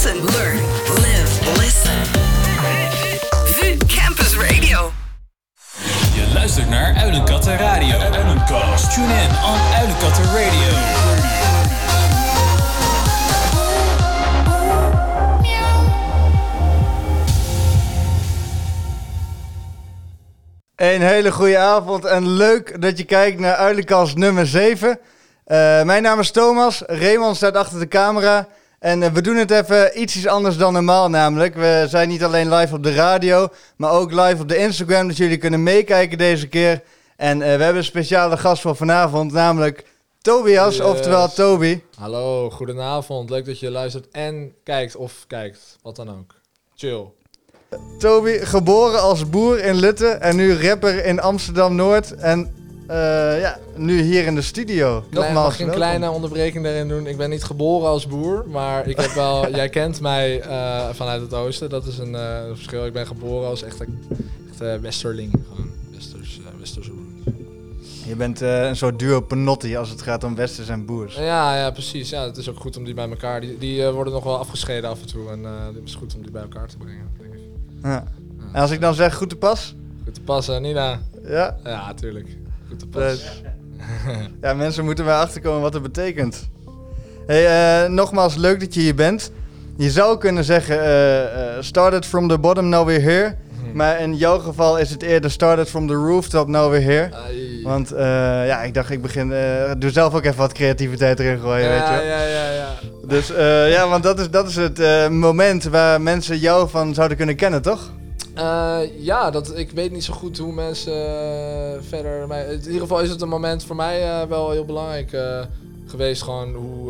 listen, learn, live, listen. VU Campus Radio. Je luistert naar Uilenkatten Radio. Uilenkast. Tune in on Uilenkatten Radio. Een hele goede avond en leuk dat je kijkt naar Uilenkast nummer 7. Mijn naam is Thomas, Raymond staat achter de camera. En we doen het even iets anders dan normaal namelijk. We zijn niet alleen live op de radio, maar ook live op de Instagram. Dus jullie kunnen meekijken deze keer. En we hebben een speciale gast voor vanavond, namelijk Tobias, oftewel Toby. Hallo, goedenavond. Leuk dat je luistert en kijkt of kijkt. Wat dan ook. Chill. Toby, geboren als boer in Lutten en nu rapper in Amsterdam-Noord. En nu hier in de studio. Mag ik een kleine onderbreking daarin doen? Ik ben niet geboren als boer, maar ik heb wel... jij kent mij vanuit het oosten, dat is een verschil. Ik ben geboren als echt westerling. Gewoon westerse boer. Je bent een soort duo Panotti als het gaat om westers en boers. Ja, precies. Ja, het is ook goed om die bij elkaar... Die worden nog wel afgescheiden af en toe. En het is goed om die bij elkaar te brengen, denk ik. Ja. En als ik dan zeg goed te pas? Goed te passen, Nina. Ja? Ja, tuurlijk. Goed te pas. Ja, mensen moeten wel achterkomen wat het betekent. Hey, nogmaals, leuk dat je hier bent. Je zou kunnen zeggen, started from the bottom, now we're here. Maar in jouw geval is het eerder started from the rooftop, now we're here. Ai. Want ik dacht, ik begin... doe zelf ook even wat creativiteit erin gooien, weet je wel. Ja. Dus want dat is het moment waar mensen jou van zouden kunnen kennen, toch? Ik weet niet zo goed hoe mensen verder... in ieder geval is het een moment voor mij wel heel belangrijk geweest. Gewoon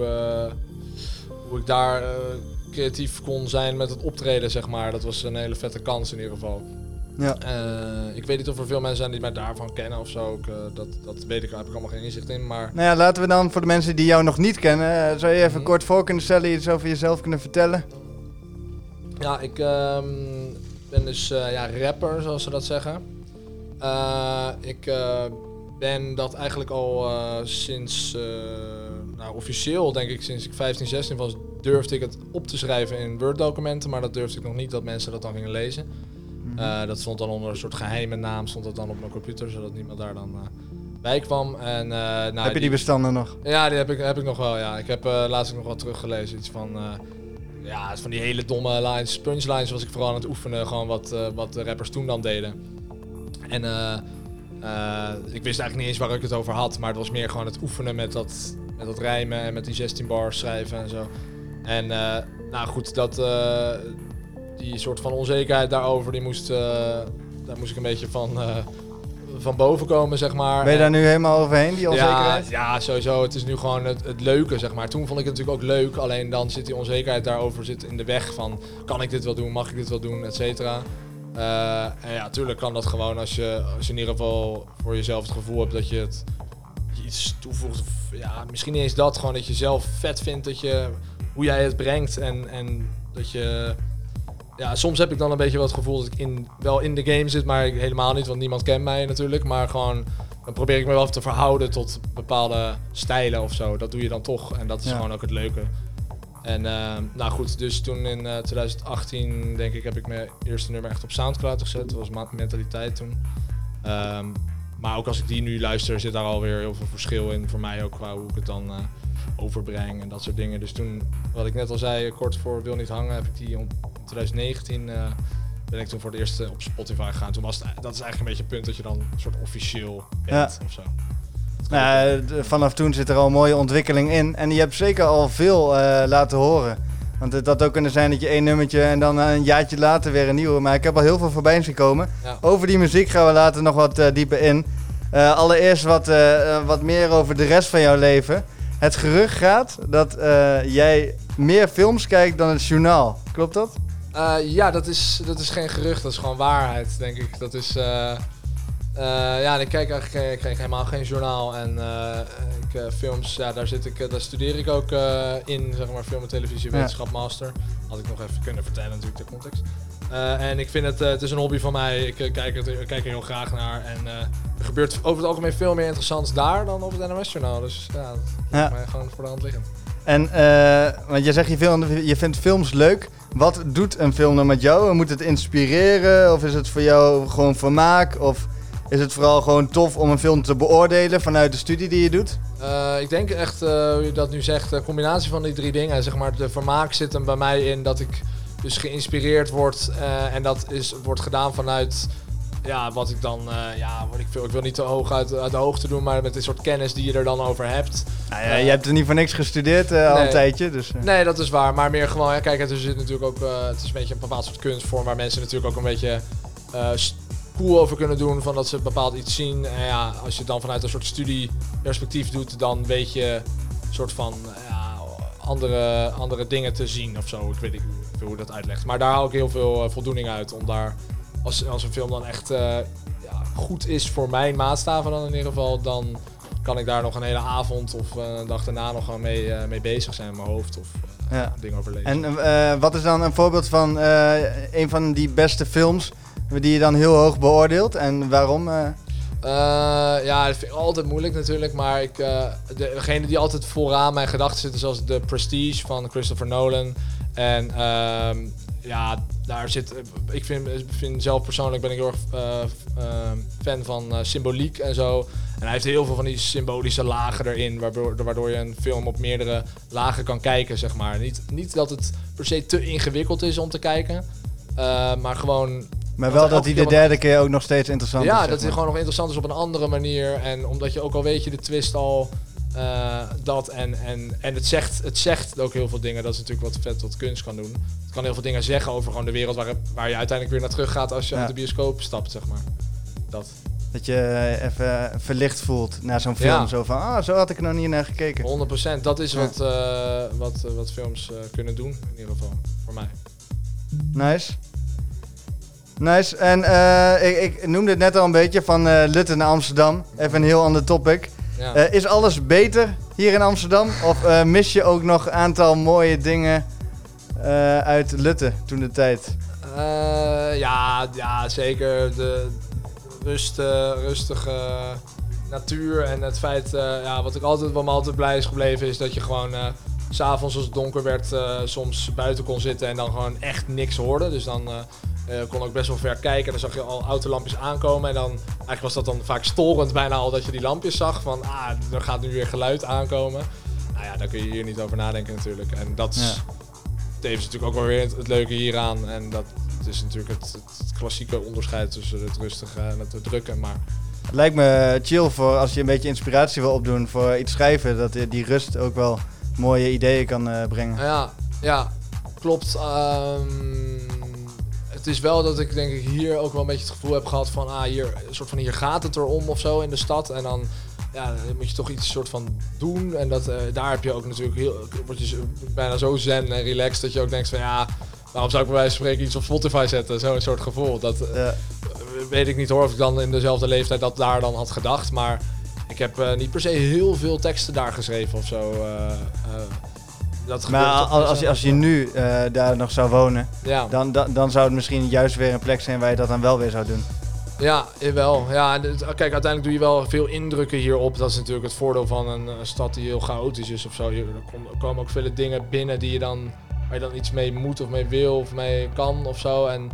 hoe ik daar creatief kon zijn met het optreden, zeg maar. Dat was een hele vette kans in ieder geval. Ja. Ik weet niet of er veel mensen zijn die mij daarvan kennen of zo. Dat weet ik, daar heb ik allemaal geen inzicht in. Maar... Nou ja, laten we dan voor de mensen die jou nog niet kennen... zou je even kort voor kunnen stellen, iets over jezelf kunnen vertellen? Ja, ik ben dus rapper, zoals ze dat zeggen. Ik ben dat eigenlijk al sinds... officieel denk ik sinds ik 15, 16 was... durfde ik het op te schrijven in Word-documenten... maar dat durfde ik nog niet dat mensen dat dan gingen lezen. Dat stond dan onder een soort geheime naam... stond dat dan op mijn computer... zodat niemand daar dan bij kwam. En, heb je die bestanden nog? Ja, die heb ik nog wel, ja. Ik heb laatst ook nog wel teruggelezen. Iets van... van die hele domme lines, punchlines was ik vooral aan het oefenen, gewoon wat de rappers toen dan deden. En ik wist eigenlijk niet eens waar ik het over had, maar het was meer gewoon het oefenen met dat rijmen en met die 16 bars schrijven en zo. En die soort van onzekerheid daarover, daar moest ik een beetje van boven komen, zeg maar. Ben je daar nu helemaal overheen, die onzekerheid? Ja, sowieso. Het is nu gewoon het leuke, zeg maar. Toen vond ik het natuurlijk ook leuk, alleen dan zit die onzekerheid daarover in de weg van... kan ik dit wel doen, mag ik dit wel doen, et cetera. En ja, tuurlijk kan dat gewoon als je in ieder geval voor jezelf het gevoel hebt dat je iets toevoegt. Of, ja, misschien niet eens dat, gewoon dat je zelf vet vindt hoe jij het brengt en dat je... Ja, soms heb ik dan een beetje wel het gevoel dat ik wel in de game zit, maar helemaal niet, want niemand kent mij natuurlijk. Maar gewoon, dan probeer ik me wel te verhouden tot bepaalde stijlen of zo. Dat doe je dan toch en dat is gewoon ook het leuke. En dus toen in 2018 denk ik heb ik mijn eerste nummer echt op Soundcloud gezet. Dat was Mentaliteit toen. Maar ook als ik die nu luister zit daar alweer heel veel verschil in voor mij ook qua hoe ik het dan overbreng en dat soort dingen. Dus toen, wat ik net al zei, kort voor Wil Niet Hangen, heb ik die in 2019 ben ik toen voor het eerst op Spotify gegaan. Toen was dat is eigenlijk een beetje het punt dat je dan een soort officieel bent of zo. Vanaf toen zit er al een mooie ontwikkeling in. En je hebt zeker al veel laten horen. Want het had ook kunnen zijn dat je één nummertje en dan een jaartje later weer een nieuwe. Maar ik heb al heel veel voorbij zien komen. Ja. Over die muziek gaan we later nog wat dieper in. Allereerst wat meer over de rest van jouw leven. Het gerucht gaat dat jij meer films kijkt dan het journaal. Klopt dat? Dat is geen gerucht, dat is gewoon waarheid, denk ik. Dat is... ik kijk eigenlijk helemaal geen journaal en films, daar studeer ik ook in, zeg maar, film en televisie wetenschap master. Had ik nog even kunnen vertellen natuurlijk de context. En ik vind het is een hobby van mij, ik kijk er heel graag naar en er gebeurt over het algemeen veel meer interessants daar dan op het NOS-journaal. Dus ja, dat lijkt mij gewoon voor de hand liggend. En, want jij zegt je vindt films leuk. Wat doet een film dan met jou? Moet het inspireren? Of is het voor jou gewoon vermaak? Of is het vooral gewoon tof om een film te beoordelen vanuit de studie die je doet? Ik denk echt, hoe je dat nu zegt, een combinatie van die 3 dingen. Zeg maar, de vermaak zit hem bij mij in dat ik dus geïnspireerd word. En dat wordt gedaan vanuit wat ik dan, ik wil niet te hoog uit de hoogte doen, maar met dit soort kennis die je er dan over hebt. Nou ja, je hebt er niet voor niks gestudeerd al een tijdje. Dus, Nee, dat is waar. Maar meer gewoon, kijk, er zit natuurlijk ook, het is een beetje een bepaald soort kunstvorm waar mensen natuurlijk ook een beetje cool over kunnen doen, van dat ze bepaald iets zien. En ja, als je het dan vanuit een soort studieperspectief doet, dan weet je een soort van andere dingen te zien of zo. Ik weet niet hoe dat uitlegt. Maar daar haal ik heel veel voldoening uit om daar, als een film dan echt goed is voor mijn maatstaven dan in ieder geval, dan kan ik daar nog een hele avond of een dag daarna nog gewoon mee bezig zijn in mijn hoofd of dingen over lezen. En wat is dan een voorbeeld van een van die beste films die je dan heel hoog beoordeelt en waarom? Dat vind ik altijd moeilijk natuurlijk, maar degene die altijd vooraan mijn gedachten zitten, zoals The Prestige van Christopher Nolan. En daar zit, ik vind zelf persoonlijk ben ik heel erg fan van symboliek en zo. En hij heeft heel veel van die symbolische lagen erin, waardoor je een film op meerdere lagen kan kijken, zeg maar. Niet dat het per se te ingewikkeld is om te kijken, maar gewoon... Maar wel dat hij de derde keer ook nog steeds interessant is. Ja, dat hij gewoon nog interessant is op een andere manier. En omdat je ook al weet je de twist al, dat en het zegt ook heel veel dingen. Dat is natuurlijk wat vet wat kunst kan doen. Het kan heel veel dingen zeggen over gewoon de wereld waar je uiteindelijk weer naar terug gaat als je uit de bioscoop stapt, zeg maar. Dat je even verlicht voelt naar zo'n film. Ja. Zo van, zo had ik er nog niet naar gekeken. 100%. Dat is wat films kunnen doen, in ieder geval. Voor mij. Nice. En ik noemde het net al een beetje van Lutten naar Amsterdam. Even een heel ander topic. Ja. Is alles beter hier in Amsterdam? Of mis je ook nog een aantal mooie dingen uit Lutten toen de tijd? Ja, zeker. De rustige natuur en het feit, wat me altijd blij is gebleven, is dat je gewoon 's avonds als het donker werd soms buiten kon zitten en dan gewoon echt niks hoorde. Dus dan kon ook best wel ver kijken. Dan zag je al autolampjes aankomen. En dan eigenlijk was dat dan vaak storend bijna al dat je die lampjes zag. Van er gaat nu weer geluid aankomen. Nou ja, daar kun je hier niet over nadenken natuurlijk. En dat is tevens natuurlijk ook wel weer het leuke hieraan. En dat is natuurlijk het klassieke onderscheid tussen het rustige en het drukke. Maar Het lijkt me chill voor als je een beetje inspiratie wil opdoen voor iets schrijven. Dat die rust ook wel mooie ideeën kan brengen. Ja, klopt. Het is wel dat ik denk ik hier ook wel een beetje het gevoel heb gehad van hier gaat het erom of zo in de stad. En dan moet je toch iets soort van doen. En daar heb je ook natuurlijk word je bijna zo zen en relaxed dat je ook denkt van waarom zou ik bij wijze van spreken iets op Spotify zetten? Zo'n soort gevoel. Dat weet ik niet hoor of ik dan in dezelfde leeftijd dat daar dan had gedacht. Maar ik heb niet per se heel veel teksten daar geschreven of zo. Maar als je nu daar nog zou wonen, dan zou het misschien juist weer een plek zijn waar je dat dan wel weer zou doen. Ja, jawel. Ja, kijk, uiteindelijk doe je wel veel indrukken hierop. Dat is natuurlijk het voordeel van een stad die heel chaotisch is of zo. Er komen ook vele dingen binnen waar je dan iets mee moet of mee wil of mee kan of zo. En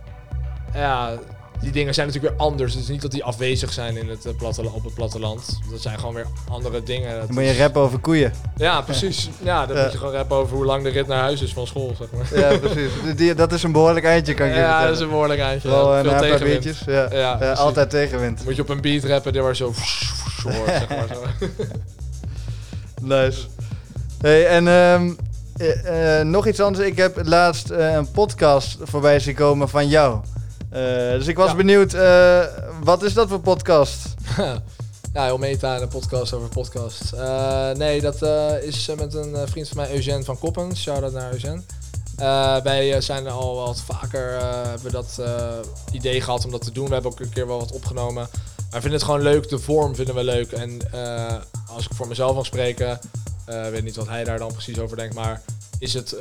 die dingen zijn natuurlijk weer anders. Het is niet dat die afwezig zijn op het platteland. Dat zijn gewoon weer andere dingen. Dan moet je rappen over koeien. Ja, precies. Ja, dan moet je gewoon rappen over hoe lang de rit naar huis is van school, zeg maar. Ja, precies. Dat is een behoorlijk eindje, kan ik je vertellen. Ja, dat is een behoorlijk eindje. Wel veel een paar tegenwind. biertjes. Ja, altijd tegenwind. Dan moet je op een beat rappen die waar zo hoort, zeg maar. Zo. Nice. Hey, en nog iets anders. Ik heb laatst een podcast voorbij zien komen van jou. Dus ik was benieuwd, wat is dat voor podcast? Ja, heel meta, een podcast over podcasts. Dat is met een vriend van mij, Eugène van Koppen. Shout-out naar Eugène. Wij zijn al wat vaker, hebben we dat idee gehad om dat te doen. We hebben ook een keer wel wat opgenomen. Maar we vinden het gewoon leuk, de vorm vinden we leuk. En als ik voor mezelf mag spreken, weet niet wat hij daar dan precies over denkt, maar is het,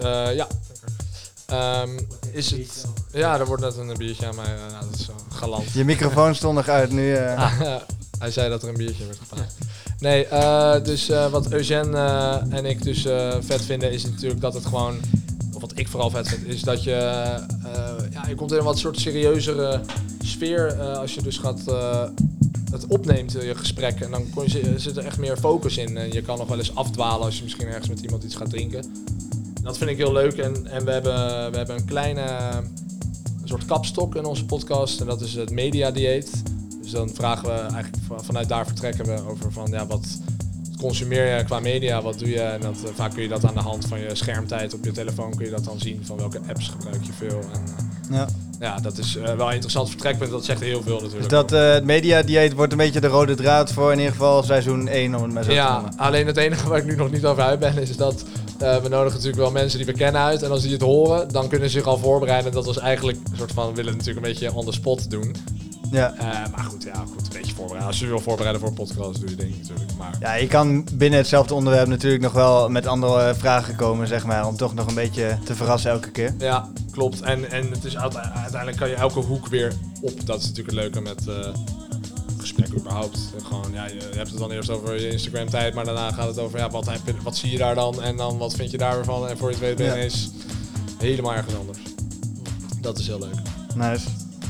er wordt net een biertje aan mij, dat is zo galant. Je microfoon stond nog uit nu. Hij zei dat er een biertje werd gepakt. Nee, dus wat Eugène en ik dus vet vinden is natuurlijk dat het gewoon... Of wat ik vooral vet vind, is dat je... je komt in een wat soort serieuzere sfeer als je dus gaat... het opneemt, je gesprek. En dan zit er echt meer focus in. En je kan nog wel eens afdwalen als je misschien ergens met iemand iets gaat drinken. Dat vind ik heel leuk. En we hebben een kleine een soort kapstok in onze podcast. En dat is het mediadieet. Dus dan vragen we eigenlijk vanuit daar vertrekken we over van wat consumeer je qua media, wat doe je? En vaak kun je dat aan de hand van je schermtijd op je telefoon kun je dat dan zien van welke apps gebruik je veel. En, ja, dat is wel een interessant vertrekpunt. Dat zegt heel veel natuurlijk. Dus dat het mediadieet wordt een beetje de rode draad voor in ieder geval seizoen 1 om het maar zo te noemen. Alleen het enige waar ik nu nog niet over uit ben is dat we nodigen natuurlijk wel mensen die we kennen uit. En als die het horen, dan kunnen ze zich al voorbereiden. Dat was eigenlijk een soort van, we willen het natuurlijk een beetje on the spot doen. Ja. Maar goed, een beetje voorbereiden. Als je wil voorbereiden voor een podcast, doe je denk ik natuurlijk. Maar... Ja, je kan binnen hetzelfde onderwerp natuurlijk nog wel met andere vragen komen, zeg maar, om toch nog een beetje te verrassen elke keer. Ja, klopt. En het is uiteindelijk kan je elke hoek weer op. Dat is natuurlijk het leuke met gesprekken überhaupt. Gewoon, je hebt het dan eerst over je Instagram tijd, maar daarna gaat het over, wat zie je daar dan? En dan wat vind je daar weer van? En voor je het weet ben je ineens helemaal ergens anders. Dat is heel leuk. Nice.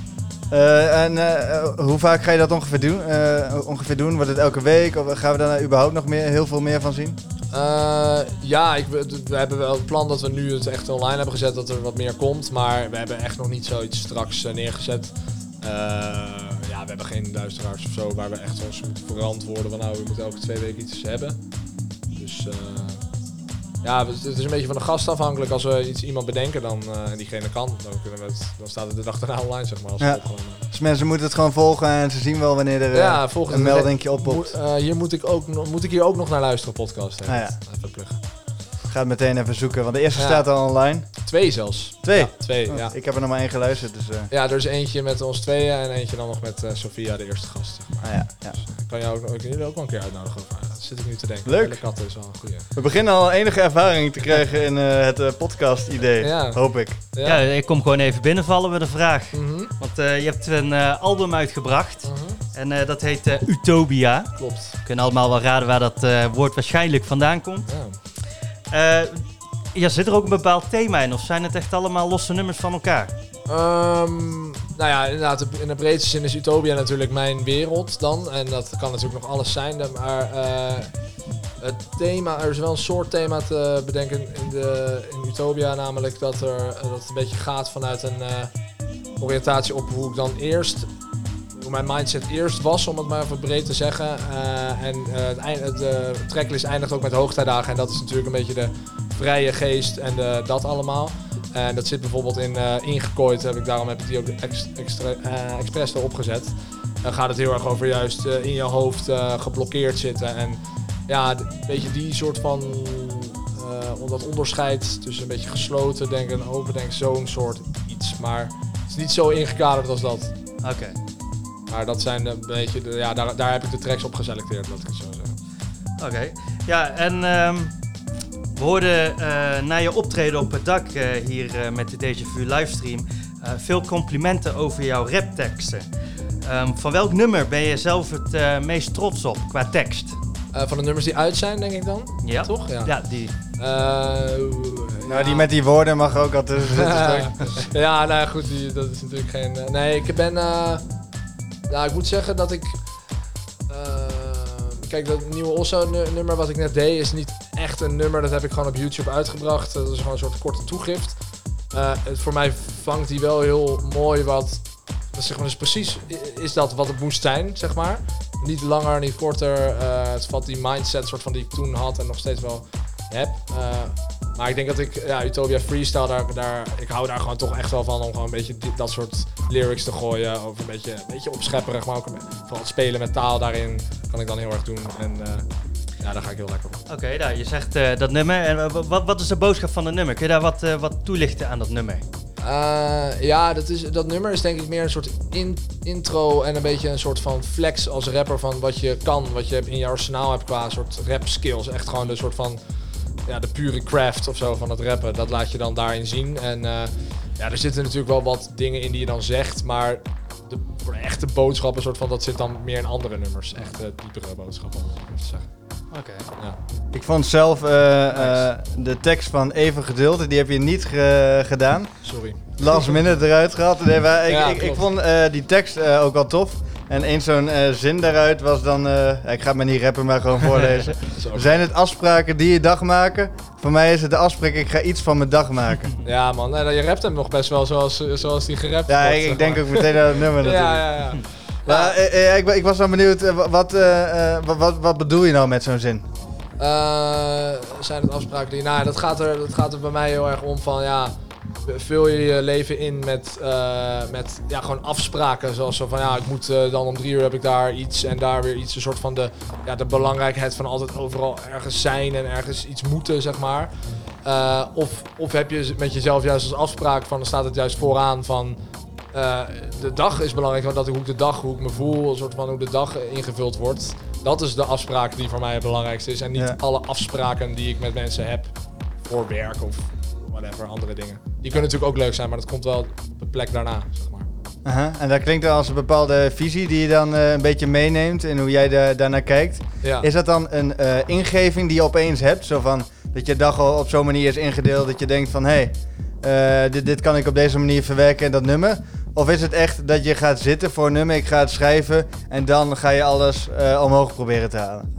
Hoe vaak ga je dat ongeveer doen? Wordt het elke week? Of gaan we daar überhaupt nog heel veel meer van zien? We hebben wel het plan dat we nu het echt online hebben gezet, dat er wat meer komt. Maar we hebben echt nog niet zoiets straks neergezet. We hebben geen luisteraars of zo waar we echt ons moeten verantwoorden van we moeten elke 2 weken iets hebben. Dus... het is een beetje van de gast afhankelijk. Als we iemand bedenken en diegene kan, dan staat het de dag daarna online, zeg maar. Als het opgenomen. Dus mensen moeten het gewoon volgen en ze zien wel wanneer er een meldingje oppopt. Hier moet ik hier ook nog naar luisteren, podcast. Even pluggen. Ga het meteen even zoeken, want de eerste staat al online. 2 zelfs. 2? Ja, 2, ja. Ik heb er nog maar 1 geluisterd. Dus, Ja, er is eentje met ons 2 en eentje dan nog met Sofia, de eerste gast. Zeg maar. Ja. Dus kan jullie ook wel een keer uitnodigen. Dat zit ik nu te denken. Leuk. Katten is wel een goeie. We beginnen al enige ervaring te krijgen in het podcast-idee, hoop ik. Ja, ik kom gewoon even binnenvallen met een vraag. Mm-hmm. Want je hebt een album uitgebracht en dat heet Utopia. Klopt. We kunnen allemaal wel raden waar dat woord waarschijnlijk vandaan komt. Zit er ook een bepaald thema in of zijn het echt allemaal losse nummers van elkaar? Inderdaad, in de breedste zin is Utopia natuurlijk mijn wereld dan. En dat kan natuurlijk nog alles zijn. Maar het thema, er is wel een soort thema te bedenken in Utopia. Namelijk dat het een beetje gaat vanuit een oriëntatie op hoe ik dan hoe mijn mindset eerst was, om het maar even breed te zeggen. De tracklist eindigt ook met hoogtijdagen. En dat is natuurlijk een beetje de vrije geest en dat allemaal. En dat zit bijvoorbeeld in ingekooid. Daarom heb ik die ook expres erop gezet. Dan gaat het heel erg over juist in je hoofd geblokkeerd zitten. En een beetje die soort van dat onderscheid tussen een beetje gesloten denken en open denken. Zo'n soort iets. Maar het is niet zo ingekaderd als dat. Oké. Maar dat zijn een beetje, daar heb ik de tracks op geselecteerd, laat ik het zo zeggen. Oké. Ja, en we hoorden na je optreden op het dak hier met de Déjà Vu livestream veel complimenten over jouw rapteksten. Van welk nummer ben je zelf het meest trots op qua tekst? Van de nummers die uit zijn, denk ik dan? Ja. Toch? Ja, die. Die met die woorden mag ook al tussen zitten. Goed, dat is natuurlijk geen... ik ben... ik moet zeggen dat ik... Kijk, dat nieuwe Osso-nummer wat ik net deed is niet echt een nummer. Dat heb ik gewoon op YouTube uitgebracht. Dat is gewoon een soort korte toegift. Voor mij vangt die wel heel mooi wat... Zeg maar, dus precies is dat wat het moest zijn, zeg maar. Niet langer, niet korter. Het vat die mindset soort van die ik toen had en nog steeds wel heb. Maar ik denk dat ik, Utopia Freestyle, ik hou daar gewoon toch echt wel van om gewoon een beetje dat soort lyrics te gooien. Over een beetje opschepperig, maar ook vooral het spelen met taal daarin kan ik dan heel erg doen. En daar ga ik heel lekker op. Oké, je zegt dat nummer. En wat is de boodschap van het nummer? Kun je daar wat toelichten aan dat nummer? Dat nummer is denk ik meer een soort intro en een beetje een soort van flex als rapper van wat je kan, wat je in je arsenaal hebt qua soort rap skills. Echt gewoon de soort van de pure craft of zo van het rappen. Dat laat je dan daarin zien. En er zitten natuurlijk wel wat dingen in die je dan zegt, maar voor de echte boodschappen, soort van, dat zit dan meer in andere nummers. Echte diepere boodschappen, om het te zeggen. Oké. Ja. Ik vond zelf de tekst van Even Geduld, die heb je niet gedaan. Sorry. Last minute eruit gehad. Nee, maar ik klopt. vond die tekst ook wel tof. En eens zo'n zin daaruit was dan... ik ga het maar niet rappen, maar gewoon voorlezen. Zijn het afspraken die je dag maken? Voor mij is het de afspraak, ik ga iets van mijn dag maken. Ja man, nee, je rapt hem nog best wel zoals die gerapt Ja, wordt. ik zeg denk maar. ook meteen aan het nummer natuurlijk. Ja. Maar ik was wel benieuwd, wat bedoel je nou met zo'n zin? Zijn het afspraken die... Nou, dat gaat er bij mij heel erg om van, ja... Vul je je leven in met gewoon afspraken. Zoals zo van, ja, ik moet dan om 3 uur heb ik daar iets en daar weer iets. Een soort van de belangrijkheid van altijd overal ergens zijn en ergens iets moeten, zeg maar. Of heb je met jezelf juist als afspraak van, dan staat het juist vooraan van... de dag is belangrijk, want hoe ik me voel, een soort van hoe de dag ingevuld wordt. Dat is de afspraak die voor mij het belangrijkste is. En niet alle afspraken die ik met mensen heb voor werk of whatever, andere dingen. Die kunnen natuurlijk ook leuk zijn, maar dat komt wel op de plek daarna, zeg maar. En dat klinkt dan als een bepaalde visie die je dan een beetje meeneemt in hoe jij daarnaar kijkt. Ja. Is dat dan een ingeving die je opeens hebt? Zo van, dat je dag al op zo'n manier is ingedeeld dat je denkt van... dit kan ik op deze manier verwerken in dat nummer. Of is het echt dat je gaat zitten voor een nummer, ik ga het schrijven... en dan ga je alles omhoog proberen te halen?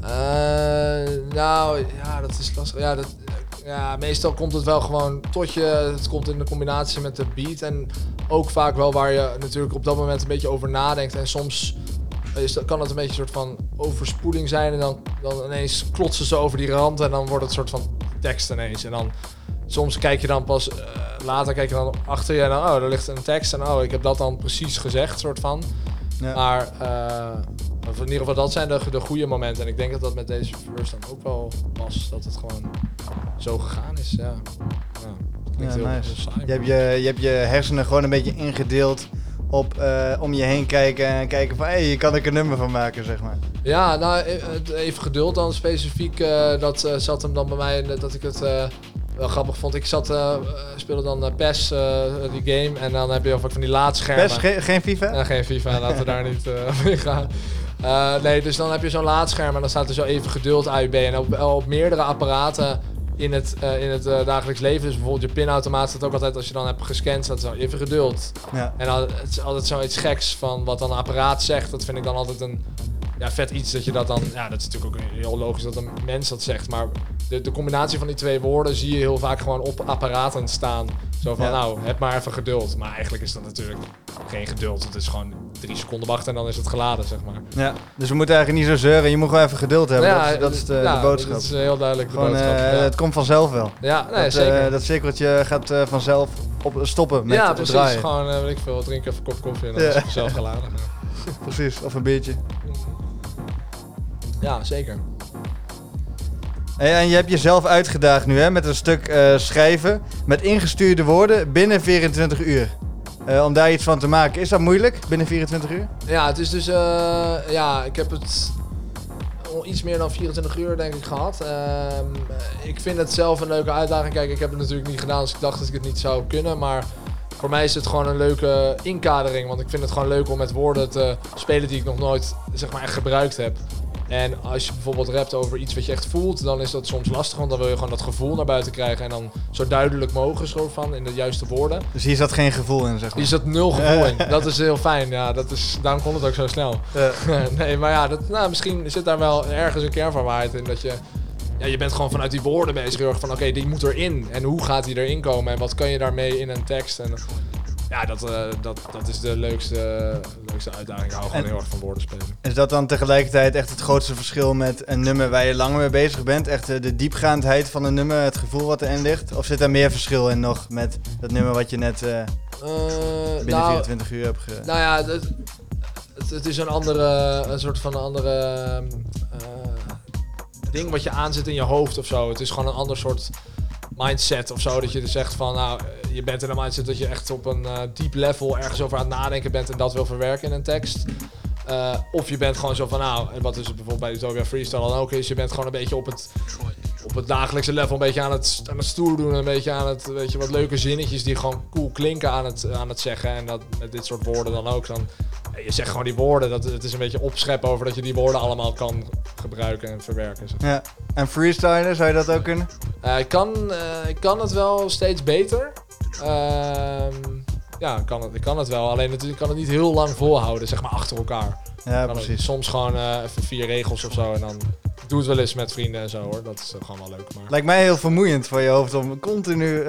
Nou, ja, dat is lastig. Ja, meestal komt het wel gewoon tot je. Het komt in de combinatie met de beat. En ook vaak wel waar je natuurlijk op dat moment een beetje over nadenkt. En soms kan het een beetje een soort van overspoeling zijn. En dan ineens klotsen ze over die rand. En dan wordt het een soort van tekst ineens. En dan soms kijk je dan pas later kijk je dan achter je. En dan, er ligt een tekst. En ik heb dat dan precies gezegd, soort van. Ja. Maar in ieder geval, dat zijn de goede momenten. En ik denk dat met deze verse dan ook wel was. Dat het gewoon zo gegaan is. Ja, nice. heel saai. Je hebt je hersenen gewoon een beetje ingedeeld op om je heen kijken. En kijken van, hier kan ik een nummer van maken, zeg maar. Ja, nou, even geduld dan specifiek. Dat zat hem dan bij mij, dat ik het... wel grappig vond. Ik speelde dan PES, die game. En dan heb je van die laadschermen. PES, geen FIFA? Geen FIFA, laten we daar niet mee gaan. Nee, dus dan heb je zo'n laadscherm en dan staat er zo even geduld AUB. En op meerdere apparaten in het dagelijks leven. Dus bijvoorbeeld je pinautomaat staat ook altijd, als je dan hebt gescand, staat zo even geduld. Ja. En dan, het is altijd zoiets geks van wat dan een apparaat zegt. Dat vind ik dan altijd een vet iets dat je dat dan... Ja, dat is natuurlijk ook heel logisch dat een mens dat zegt. Maar de combinatie van die twee woorden zie je heel vaak gewoon op apparaten staan. Zo van, heb maar even geduld. Maar eigenlijk is dat natuurlijk geen geduld. Het is gewoon 3 seconden wachten en dan is het geladen, zeg maar. Ja, dus we moeten eigenlijk niet zo zeuren. Je moet gewoon even geduld hebben. Ja, dat is de boodschap. Dat is heel duidelijk de gewoon, boodschap. Het komt vanzelf wel. Ja, nee, zeker. Dat cirkeltje gaat vanzelf stoppen met het precies. draaien. Gewoon, weet ik veel, drink even een kop koffie en dan is het vanzelf geladen. Precies, of een biertje. Ja, zeker. En je hebt jezelf uitgedaagd nu, hè, met een stuk schrijven met ingestuurde woorden binnen 24 uur. Om daar iets van te maken. Is dat moeilijk, binnen 24 uur? Ja, het is dus... ik heb het iets meer dan 24 uur denk ik gehad. Ik vind het zelf een leuke uitdaging. Kijk, ik heb het natuurlijk niet gedaan, dus ik dacht dat ik het niet zou kunnen. Maar voor mij is het gewoon een leuke inkadering. Want ik vind het gewoon leuk om met woorden te spelen die ik nog nooit, zeg maar, echt gebruikt heb. En als je bijvoorbeeld rapt over iets wat je echt voelt, dan is dat soms lastig, want dan wil je gewoon dat gevoel naar buiten krijgen en dan zo duidelijk mogelijk soort van in de juiste woorden. Dus hier zat geen gevoel in, zeg maar. Hier zat 0 gevoel in. Dat is heel fijn. Ja, daarom kon het ook zo snel. Nee, maar ja, misschien zit daar wel ergens een kern van waarheid in dat je bent gewoon vanuit die woorden bezig, heel erg van oké, die moet erin. En hoe gaat die erin komen en wat kan je daarmee in een tekst? En ja, dat is de leukste uitdaging. Ik hou gewoon heel erg van woorden spelen. Is dat dan tegelijkertijd echt het grootste verschil met een nummer waar je langer mee bezig bent? Echt de diepgaandheid van een nummer, het gevoel wat erin ligt? Of zit daar meer verschil in nog met dat nummer wat je net binnen 24 uur hebt gedaan? Nou ja, het is een soort van andere ding wat je aanzet in je hoofd of zo. Het is gewoon een ander soort mindset of zo, dat je dus zegt van, nou, je bent in een mindset dat je echt op een diep level ergens over aan het nadenken bent en dat wil verwerken in een tekst. Of je bent gewoon zo van, nou, en wat is het bijvoorbeeld bij Utopia Freestyle dan ook is, je bent gewoon een beetje op het dagelijkse level een beetje aan het stoer doen, een beetje aan het, weet je, wat leuke zinnetjes die gewoon cool klinken aan het zeggen en dat met dit soort woorden dan ook, dan je zegt gewoon die woorden. Het is een beetje opscheppen over dat je die woorden allemaal kan gebruiken en verwerken. Zeg. Ja. En freestylen, zou je dat ook kunnen? Ik kan het wel steeds beter. Ja, ik kan het wel. Alleen natuurlijk kan het niet heel lang volhouden, zeg maar achter elkaar. Ja, Kan precies. soms gewoon even 4 regels of zo. En dan ik doe het wel eens met vrienden en zo hoor. Dat is gewoon wel leuk. Maar... Lijkt mij heel vermoeiend voor je hoofd om continu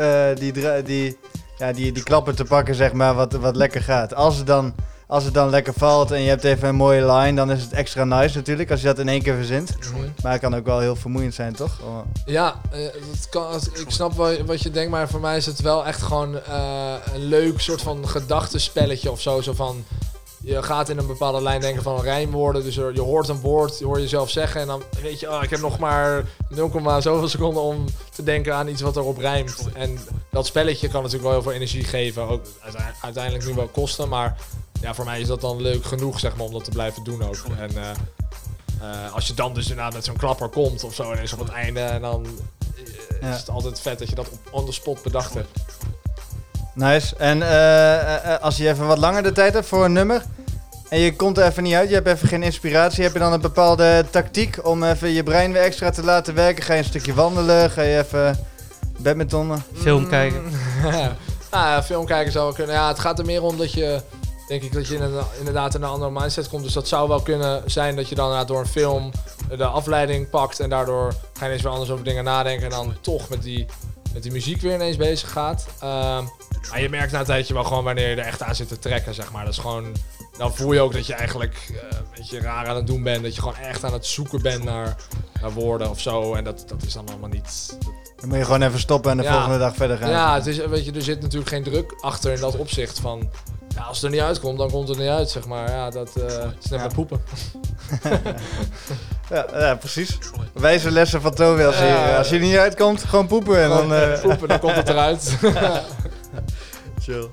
die klappen te pakken, zeg maar, wat lekker gaat. Als het dan lekker valt en je hebt even een mooie line, dan is het extra nice natuurlijk, als je dat in één keer verzint. Maar het kan ook wel heel vermoeiend zijn, toch? Oh. Ja, ik snap wel wat je denkt, maar voor mij is het wel echt gewoon een leuk soort van gedachtenspelletje of zo. Zo van, je gaat in een bepaalde lijn denken van rijmwoorden, dus je hoort een woord, je hoort jezelf zeggen en dan weet je, ik heb nog maar 0, zoveel seconden om te denken aan iets wat erop rijmt. En dat spelletje kan natuurlijk wel heel veel energie geven, ook uiteindelijk nu wel kosten, maar ja, voor mij is dat dan leuk genoeg, zeg maar, om dat te blijven doen ook. En als je dan dus inderdaad met zo'n klapper komt of zo ineens op het einde, en dan is het altijd vet dat je dat on the spot bedacht hebt. Nice. En als je even wat langer de tijd hebt voor een nummer en je komt er even niet uit, je hebt even geen inspiratie, heb je dan een bepaalde tactiek om even je brein weer extra te laten werken? Ga je een stukje wandelen? Ga je even badmintonnen? Film kijken. Film kijken zou wel kunnen. Ja, het gaat er meer om dat je, denk ik, dat je inderdaad in een andere mindset komt. Dus dat zou wel kunnen zijn dat je dan door een film de afleiding pakt en daardoor ga je ineens weer anders over dingen nadenken en dan toch met die muziek weer ineens bezig gaat. Maar je merkt na een tijdje wel gewoon wanneer je er echt aan zit te trekken, zeg maar. Dat is gewoon, dan voel je ook dat je eigenlijk een beetje raar aan het doen bent. Dat je gewoon echt aan het zoeken bent naar woorden of zo. En dat is dan allemaal niet... Dan moet je gewoon even stoppen en de volgende dag verder gaan. Ja, het is, weet je, er zit natuurlijk geen druk achter in dat opzicht van... Ja, als het er niet uitkomt, dan komt het er niet uit, zeg maar. Ja, dat is net met poepen. Ja, precies. Wijze lessen van Tobias hier. Als je er niet uitkomt, gewoon poepen. En Gewoon, dan, poepen, dan komt het eruit. Chill.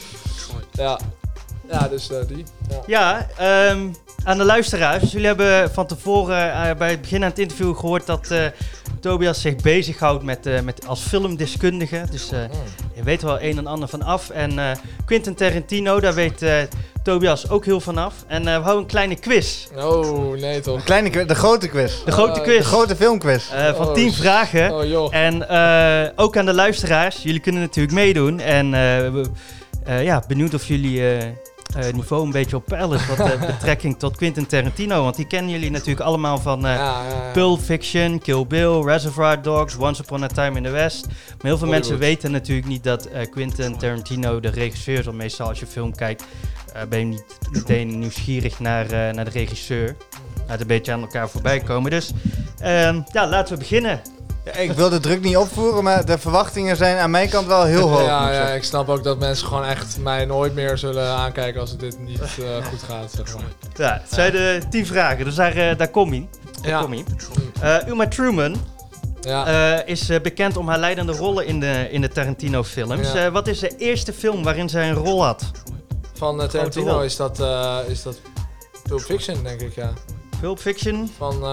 Ja, dus die. Ja, aan de luisteraars. Jullie hebben van tevoren bij het begin aan het interview gehoord dat Tobias zich bezighoudt met als filmdeskundige. Dus je weet er wel een en ander van af. En Quentin Tarantino, daar weet Tobias ook heel van af. En we houden een kleine quiz. Oh, nee toch. De grote quiz. De grote quiz. De grote filmquiz. Van 10 vragen. Oh joh. En ook aan de luisteraars. Jullie kunnen natuurlijk meedoen. En benieuwd of jullie... niveau een beetje op peil is wat betrekking tot Quentin Tarantino. Want die kennen jullie natuurlijk allemaal van Pulp Fiction, Kill Bill, Reservoir Dogs, Once Upon a Time in the West. Maar heel veel mensen weten natuurlijk niet dat Quentin Tarantino de regisseur is. Want meestal als je film kijkt ben je niet meteen nieuwsgierig naar de regisseur. Laat een beetje aan elkaar voorbij komen. Dus laten we beginnen. Ja, ik wil de druk niet opvoeren, maar de verwachtingen zijn aan mijn kant wel heel hoog. Ja, ik snap ook dat mensen gewoon echt mij nooit meer zullen aankijken als het dit niet goed gaat, zeg maar. Ja, het zijn de 10 vragen, dus daar kom je. Uma Thurman is bekend om haar leidende rollen in de Tarantino-films. Ja. Wat is de eerste film waarin zij een rol had? Van Tarantino is dat Pulp Fiction, denk ik, ja. Pulp Fiction? Van,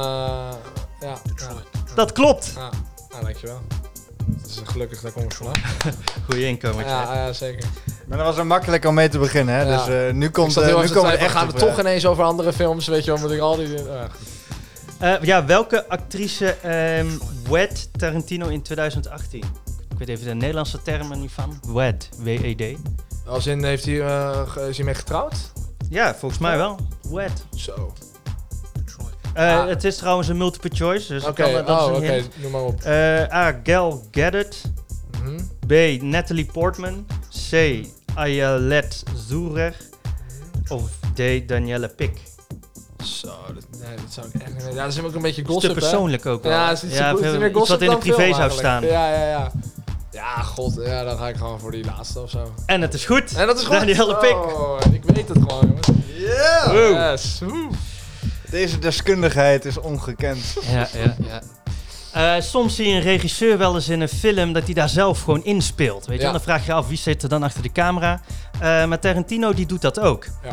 Dat klopt! Ja, dankjewel. Dat is gelukkig, daar kom ik vanaf. Goeie inkomen. Ja, zeker. Maar dat was wel makkelijk om mee te beginnen, hè? Ja. Dus nu komt echt. Gaan we toch ineens over andere films, weet je wel, moet ik al die... Welke actrice wed Tarantino in 2018? Ik weet even de Nederlandse termen niet van. Wed, W-E-D. Als in, is hij mee getrouwd? Ja, volgens mij wel. Wed. Zo. Het is trouwens een multiple choice, dus Oké, noem maar op. A. Gal Gadot. B. Natalie Portman. C. Ayelet Zurer. Of D. Danielle Pick. Zo, dat zou ik echt niet weten. Ja, dat is ook een beetje gossip, te persoonlijk ook wel. Ja, het is meer gossip wat in de privé zou staan. Ja. Ja, god, dan ga ik gewoon voor die laatste of zo. En het is goed. En dat is goed. Danielle Pick. Oh, ik weet het gewoon, jongens. Yeah! Yes. Deze deskundigheid is ongekend. Ja. Soms zie je een regisseur wel eens in een film dat hij daar zelf gewoon inspeelt. Weet je? En dan vraag je af wie zit er dan achter de camera. Maar Tarantino die doet dat ook. Ja.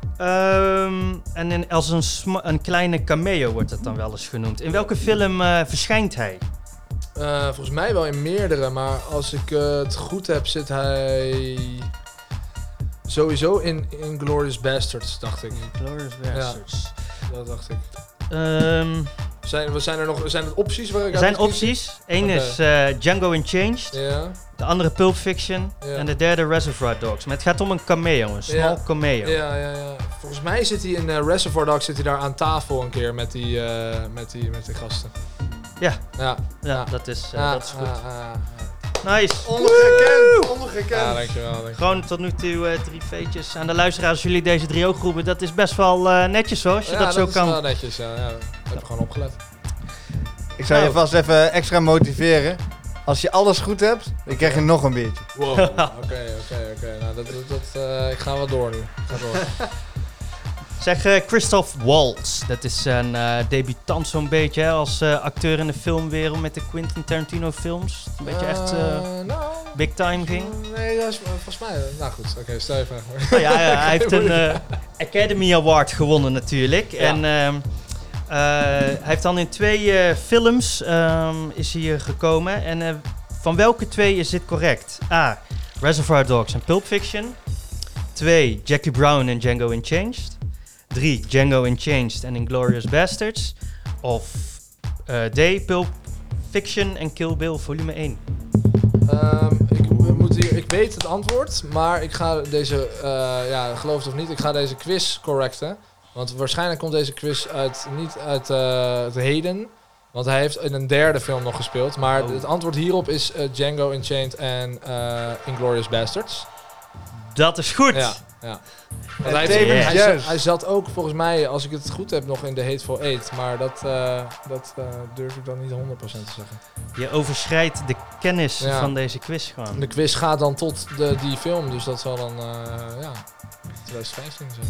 Als een kleine cameo wordt het dan wel eens genoemd. In welke film verschijnt hij? Volgens mij wel in meerdere, maar als ik het goed heb zit hij... Sowieso in Inglourious Basterds, dacht ik. Inglourious Basterds. Dat dacht ik. Zijn het opties waar ik Er zijn opties. Eén Oké. is Django Unchanged. Ja. De andere Pulp Fiction. Ja. En de derde Reservoir Dogs. Maar het gaat om een cameo, een small cameo. Ja. Volgens mij zit hij in Reservoir Dogs daar aan tafel een keer met die gasten. Ja. Ja. Dat is goed. Ja, Nice. Ongekend. dankjewel. Gewoon tot nu toe 3 veetjes. Aan de luisteraars, als jullie deze 3 ook groepen, dat is best wel netjes hoor, als je dat zo kan. Ja, dat is wel netjes. Ja. Heb je gewoon opgelet. Ik zou je vast even extra motiveren. Als je alles goed hebt, dan krijg je nog een biertje. Wow, oké. Nou, ik ga wel door nu. Zeg Christoph Waltz, dat is een debutant zo'n beetje hè, als acteur in de filmwereld met de Quentin Tarantino films. Een beetje echt big time ging. Nee, dat is volgens mij... Nou goed, oké, stel je vraag maar. Nou ja, hij heeft een Academy Award gewonnen natuurlijk. Ja. En hij heeft dan in 2 films is hier gekomen. En van welke 2 is dit correct? A. Reservoir Dogs en Pulp Fiction. 2. Jackie Brown en Django Unchanged. 3. Django Unchanged en Inglourious Basterds. Of D. Pulp Fiction en Kill Bill volume 1. Ik weet het antwoord, maar ik ga deze, geloof het of niet, ik ga deze quiz correcten. Want waarschijnlijk komt deze quiz niet uit het heden. Want hij heeft in een 3e film nog gespeeld. Maar het antwoord hierop is Django Unchained en Inglourious Basterds. Dat is goed. Ja. En Want tevens juist. hij zat ook volgens mij, als ik het goed heb, nog in The Hateful Eight. Maar dat durf ik dan niet 100% te zeggen. Je overschrijdt de kennis van deze quiz gewoon. De quiz gaat dan tot die film, dus dat zal dan 2015 zijn.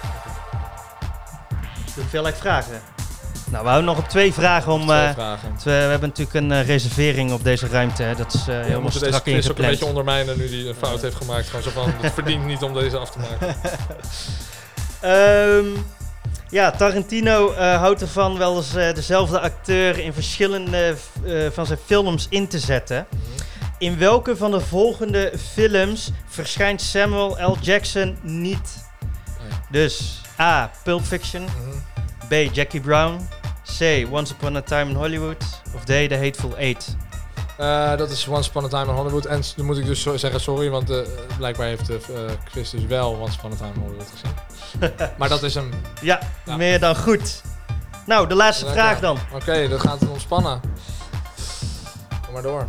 Hoeveel vragen? Nou, we houden nog op 2 vragen om... 2 vragen. We hebben natuurlijk een reservering op deze ruimte. Hè. Dat is helemaal moeten deze strak quiz ook een ingepland. beetje ondermijnen nu die een fout heeft gemaakt. Gewoon zo van, het verdient niet om deze af te maken. Tarantino houdt ervan wel eens dezelfde acteur in verschillende van zijn films in te zetten. In welke van de volgende films verschijnt Samuel L. Jackson niet? Dus A. Pulp Fiction. B. Jackie Brown. C. Once Upon a Time in Hollywood. Of D. The Hateful Eight. Dat is Once Upon a Time in Hollywood. En dan moet ik dus zeggen sorry, want blijkbaar heeft de quiz dus wel Once Upon a Time in Hollywood gezien. Maar dat is hem. Ja, meer dan goed. Nou, de laatste vraag dan. Oké, dan gaat het ontspannen. Kom maar door.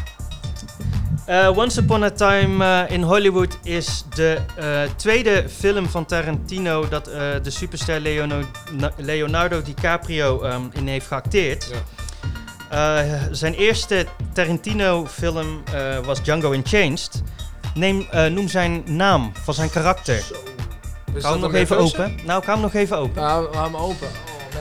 Once Upon a Time in Hollywood is de tweede film van Tarantino dat de superster Leonardo DiCaprio in heeft geacteerd. Ja. Zijn eerste Tarantino-film was Django Unchanged. Noem zijn naam van zijn karakter. Is ik hou hem nog even open. Nou, ik hou hem nog even open. Hou hem open. Oh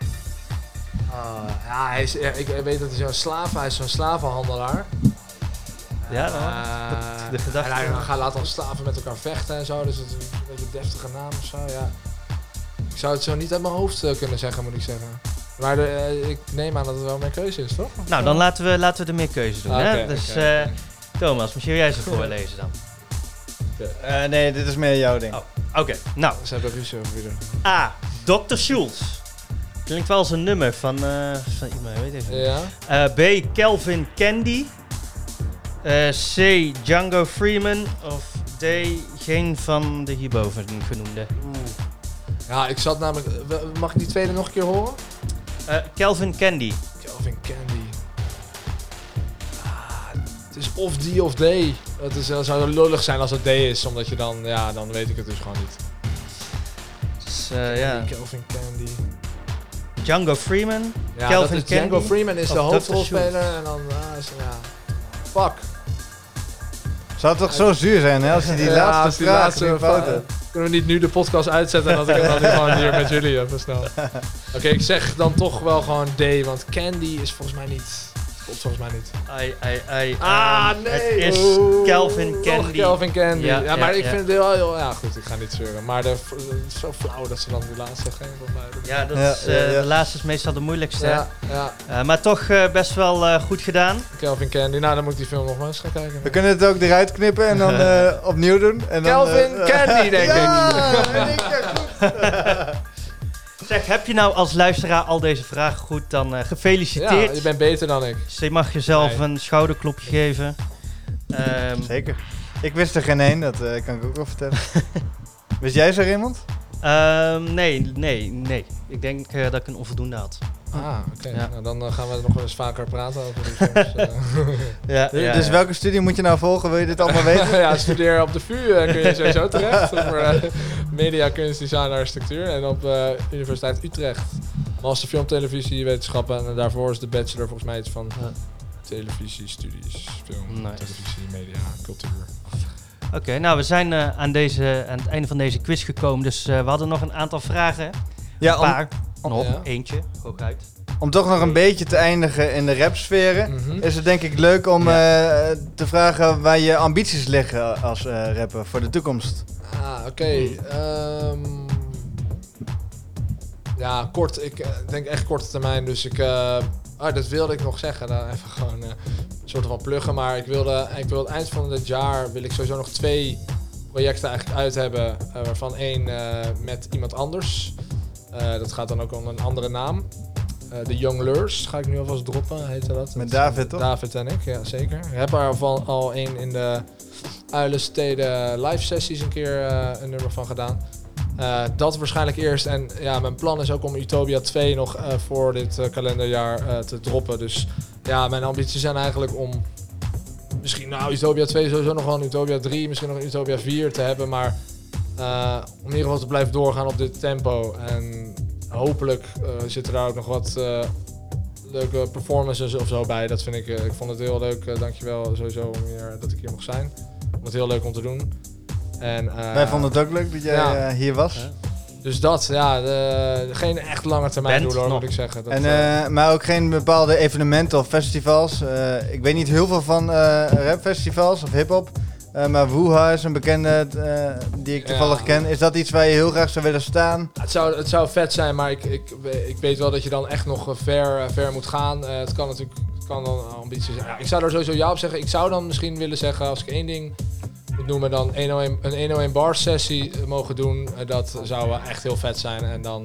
man. Ik weet dat hij is zo'n slavenhandelaar. Ja, de gedachte. En hij laat dan slaven met elkaar vechten en zo, dus het is een beetje een deftige naam of zo, ja. Ik zou het zo niet uit mijn hoofd kunnen zeggen, moet ik zeggen. Maar ik neem aan dat het wel meer keuze is, toch? Nou, dan laten we er meer keuze doen. Hè? Dus Thomas, misschien wil jij ze voorlezen dan? Nee, dit is meer jouw ding. Oké, nou. Ze hebben ruzie over wie A. Dr. Schultz. Klinkt wel als een nummer van iemand, weet even. Ja. B. Calvin Candy. C. Django Freeman. Of D. Geen van de hierboven genoemde. Ja, ik zat namelijk... Mag ik die tweede nog een keer horen? Calvin Candy. Calvin Candy. Het is of die of D. Het zou lullig zijn als het D is, omdat je dan... Ja, dan weet ik het dus gewoon niet. Dus, Calvin Candy. Django Freeman. Ja, Calvin dat is Django Candy, Freeman is de hoofdrolspeler en dan... Fuck. Zou het toch zo zuur zijn, hè? Als je die laatste vraag fout hebt. Kunnen we niet nu de podcast uitzetten en dat ik het dan nu gewoon hier met jullie even snel. Oké, ik zeg dan toch wel gewoon D, want Candy is volgens mij niet... Klopt volgens mij niet. Het is Calvin Candy. Toch Calvin Candy. Ja, Maar ik ja. vind het heel... Ja, goed, ik ga niet zeuren. Maar het is zo flauw dat ze dan die laatste geven. Ja, dat Ja, is, ja, ja. de laatste is meestal de moeilijkste. Ja. Maar toch best wel goed gedaan. Calvin Candy. Nou, dan moet ik die film nog maar eens gaan kijken. We kunnen het ook eruit knippen en dan opnieuw doen. En dan, Calvin Candy, denk ik. Ja, goed. Zeg, heb je nou als luisteraar al deze vragen goed, dan Ja, gefeliciteerd. je bent beter dan ik. Dus je mag jezelf Nee. een schouderklopje geven. Zeker. Ik wist er geen één, dat kan ik ook wel vertellen. Wist jij zo, Raymond? Nee. Ik denk dat ik een onvoldoende had. Oké. Ja. Nou, dan gaan we nog wel eens vaker praten over die films. Dus welke studie moet je nou volgen? Wil je dit allemaal weten? Ja, studeer op de VU kun je sowieso terecht. Voor media, kunst, design, architectuur. En op Universiteit Utrecht. Master film, televisie, wetenschappen. En daarvoor is de bachelor volgens mij iets van televisiestudies, film, Nice. televisie, media, cultuur. Oké, nou we zijn aan het einde van deze quiz gekomen. Dus we hadden nog een aantal vragen. Hè? Ja, Een paar. Nog Ja. eentje, hooguit. om toch nog een beetje te eindigen in de rapsferen, Mhm. is het denk ik leuk om te vragen waar je ambities liggen als rapper voor de toekomst. Oké. Ja, kort. Ik denk echt korte termijn. Dus dat wilde ik nog zeggen. Daar even gewoon een soort van pluggen. Maar ik wil het eind van dit jaar wil ik sowieso nog 2 projecten eigenlijk uit hebben. Waarvan 1 met iemand anders. Dat gaat dan ook om een andere naam. De Young Lures ga ik nu alvast droppen, heette dat. Met David, toch? David en ik, ja zeker. Ik heb er al 1 in de Uilensteden live sessies een keer een nummer van gedaan. Dat waarschijnlijk eerst. En ja, mijn plan is ook om Utopia 2 nog voor dit kalenderjaar te droppen. Dus ja, mijn ambities zijn eigenlijk om misschien Utopia 2 sowieso nog wel een Utopia 3, misschien nog een Utopia 4 te hebben. Maar om in ieder geval te blijven doorgaan op dit tempo. En hopelijk zitten daar ook nog wat leuke performances of zo bij. Dat vind ik vond het heel leuk. Dankjewel sowieso dat ik hier mag zijn. Ik vond het heel leuk om te doen. En, Wij vonden het ook leuk dat jij hier was. Dus dat, geen echt lange termijn doel, moet ik zeggen. Dat, Maar ook geen bepaalde evenementen of festivals. Ik weet niet heel veel van rapfestivals of hiphop. Maar Wuha is een bekende die ik toevallig ken. Is dat iets waar je heel graag zou willen staan? Het zou vet zijn, maar ik weet wel dat je dan echt nog ver moet gaan. Het kan natuurlijk dan een ambitie zijn. Ja, ik zou er sowieso ja op zeggen. Ik zou dan misschien willen zeggen, als ik 1 ding moet noemen, dan een 101 bar sessie mogen doen. Dat zou echt heel vet zijn. En dan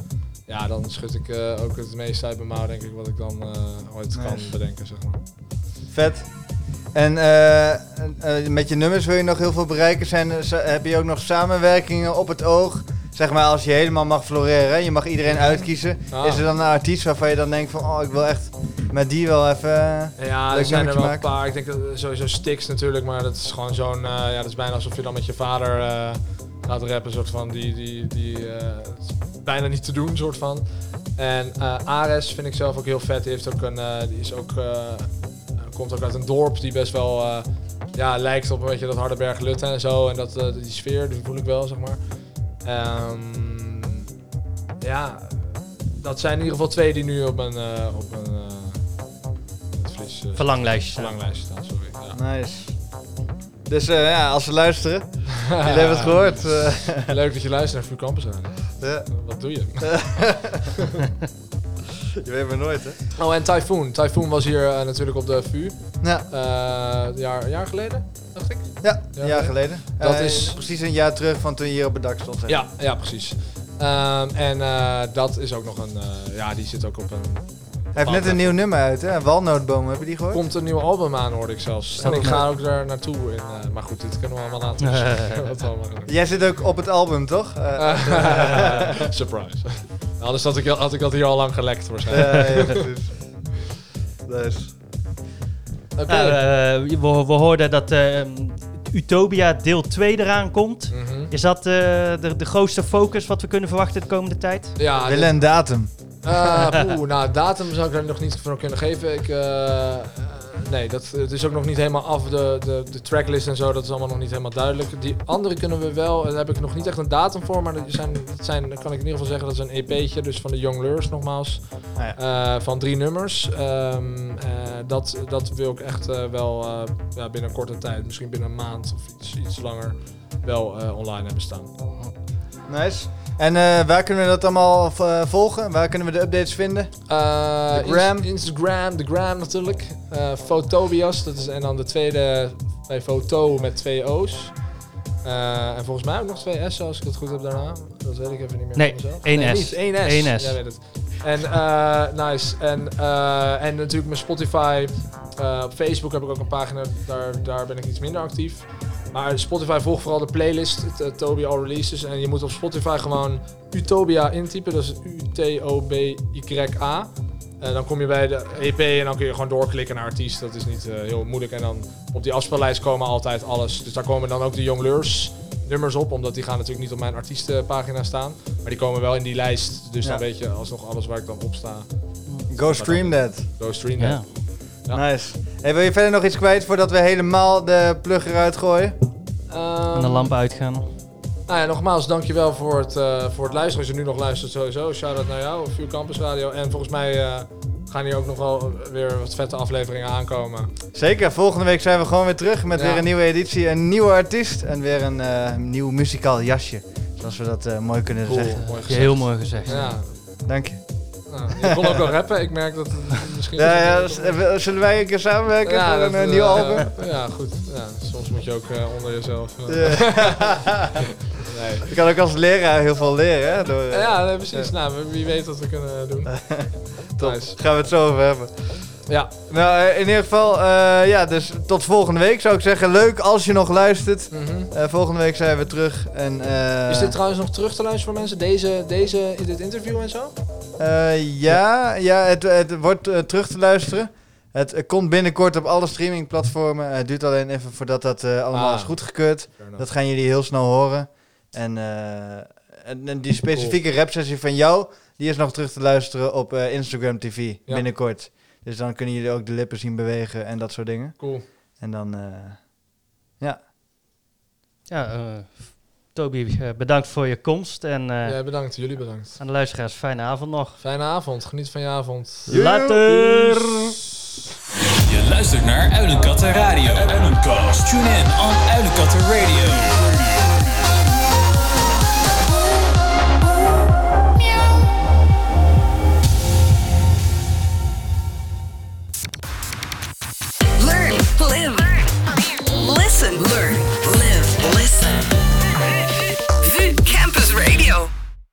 schud ik ook het meeste uit mijn mouw, denk ik, wat ik dan ooit kan bedenken, zeg maar. Vet. En met je nummers wil je nog heel veel bereiken. Heb je ook nog samenwerkingen op het oog? Zeg maar, als je helemaal mag floreren, je mag iedereen uitkiezen. Is er dan een artiest waarvan je dan denkt van, ik wil echt met die wel even Ja, er zijn er wel een paar. Ik denk dat sowieso Styx natuurlijk, maar dat is gewoon zo'n... dat is bijna alsof je dan met je vader gaat rappen, soort van. Die het is bijna niet te doen, soort van. En Ares vind ik zelf ook heel vet. Die is ook... komt ook uit een dorp die best wel lijkt op een beetje dat Hardenberg Lutte en zo. En die sfeer, die voel ik wel, zeg maar. Dat zijn in ieder geval 2 die nu op een verlanglijstje staan. Sorry. Ja. Nice. Dus als ze luisteren, jullie hebben het gehoord. Leuk dat je luistert naar VU Campus Radio. Ja. Wat doe je? Je weet maar nooit, hè? Oh, en Typhoon. Typhoon was hier natuurlijk op de VU. Ja. Een jaar geleden, dacht ik. Ja, een jaar geleden. Dat is precies een jaar terug van toen je hier op het dak stond. Zeg. Ja, precies. Dat is ook nog een... die zit ook op een... Hij heeft net een nieuw nummer uit, hè? Walnootboom, heb je die gehoord? Komt een nieuw album aan, hoorde ik zelfs. En ik ga ook daar naartoe. Maar goed, dit kunnen we allemaal laten. Jij zit ook op het album, toch? Surprise. Anders had ik dat hier al lang gelekt waarschijnlijk. Ja, precies. Dus. We hoorden dat Utopia deel 2 eraan komt. Mm-hmm. Is dat de grootste focus wat we kunnen verwachten de komende tijd? Ja, we willen een datum. Datum zou ik daar nog niet voor kunnen geven. nee, het is ook nog niet helemaal af. De tracklist en zo, dat is allemaal nog niet helemaal duidelijk. Die andere kunnen we wel, daar heb ik nog niet echt een datum voor, maar dat zijn kan ik in ieder geval zeggen, dat is een EP'tje, dus van de Young Lures nogmaals. Van 3 nummers. Dat wil ik echt wel binnen een korte tijd, misschien binnen een maand of iets langer, wel online hebben staan. Nice. En waar kunnen we dat allemaal volgen? Waar kunnen we de updates vinden? De gram. Instagram, de gram natuurlijk. Fotobias, dat is, en dan de tweede bij Foto met 2 O's. En volgens mij ook nog 2 S'en als ik het goed heb daarna. Dat weet ik even niet meer. Nee, van mezelf. 1 Nee, S. niet 1 S. 1 S. Jij weet het. En nice. En natuurlijk mijn Spotify. Op Facebook heb ik ook een pagina. Daar ben ik iets minder actief. Maar Spotify volgt vooral de playlist, Utopia All Releases. En je moet op Spotify gewoon Utopia intypen, dat is Utobya. Dan kom je bij de EP en dan kun je gewoon doorklikken naar artiest. Dat is niet heel moeilijk. En dan op die afspeellijst komen altijd alles. Dus daar komen dan ook de Young Lures nummers op, omdat die gaan natuurlijk niet op mijn artiestenpagina staan. Maar die komen wel in die lijst. Dus dan weet je alsnog alles waar ik dan op sta. Go stream that. Go stream that. Ja. Ja. Nice. Hey, wil je verder nog iets kwijt voordat we helemaal de plug eruit gooien? En de lampen uitgaan. Nou ja, nogmaals, dankjewel voor het luisteren. Als je nu nog luistert sowieso, shout-out naar jou, Vue Campus Radio. En volgens mij gaan hier ook nog wel weer wat vette afleveringen aankomen. Zeker, volgende week zijn we gewoon weer terug met weer een nieuwe editie, een nieuwe artiest en weer een nieuw muzikaal jasje. Zoals we dat mooi kunnen zeggen. Mooi gezegd. Heel mooi gezegd. Ja. Dank je. Nou, je kon ook wel rappen, ik merk dat het misschien... Zullen wij een keer samenwerken Ja, voor een nieuw album? Ja, goed. Ja, soms moet je ook onder jezelf... Nee. Je kan ook als leraar heel veel leren, hè? Door, ja, precies. Nou, wie weet wat we kunnen doen. Top. Nice. Gaan we het zo over hebben. Ja. Nou, in ieder geval, dus tot volgende week zou ik zeggen. Leuk als je nog luistert. Volgende week zijn we terug. En, is dit trouwens nog terug te luisteren voor mensen? Dit interview en zo? Ja, het wordt terug te luisteren. Het komt binnenkort op alle streamingplatformen. Het duurt alleen even voordat dat allemaal is goedgekeurd. Dat gaan jullie heel snel horen. En die specifieke rapsessie van jou, die is nog terug te luisteren op Instagram TV binnenkort. Dus dan kunnen jullie ook de lippen zien bewegen en dat soort dingen. Cool. En dan, Toby, bedankt voor je komst. En ja, bedankt. Jullie bedankt. aan de luisteraars, fijne avond nog. Fijne avond. Geniet van je avond. Later! Je luistert naar Uilenkatten Radio. Uilenkast. Tune in on Uilenkatten Radio.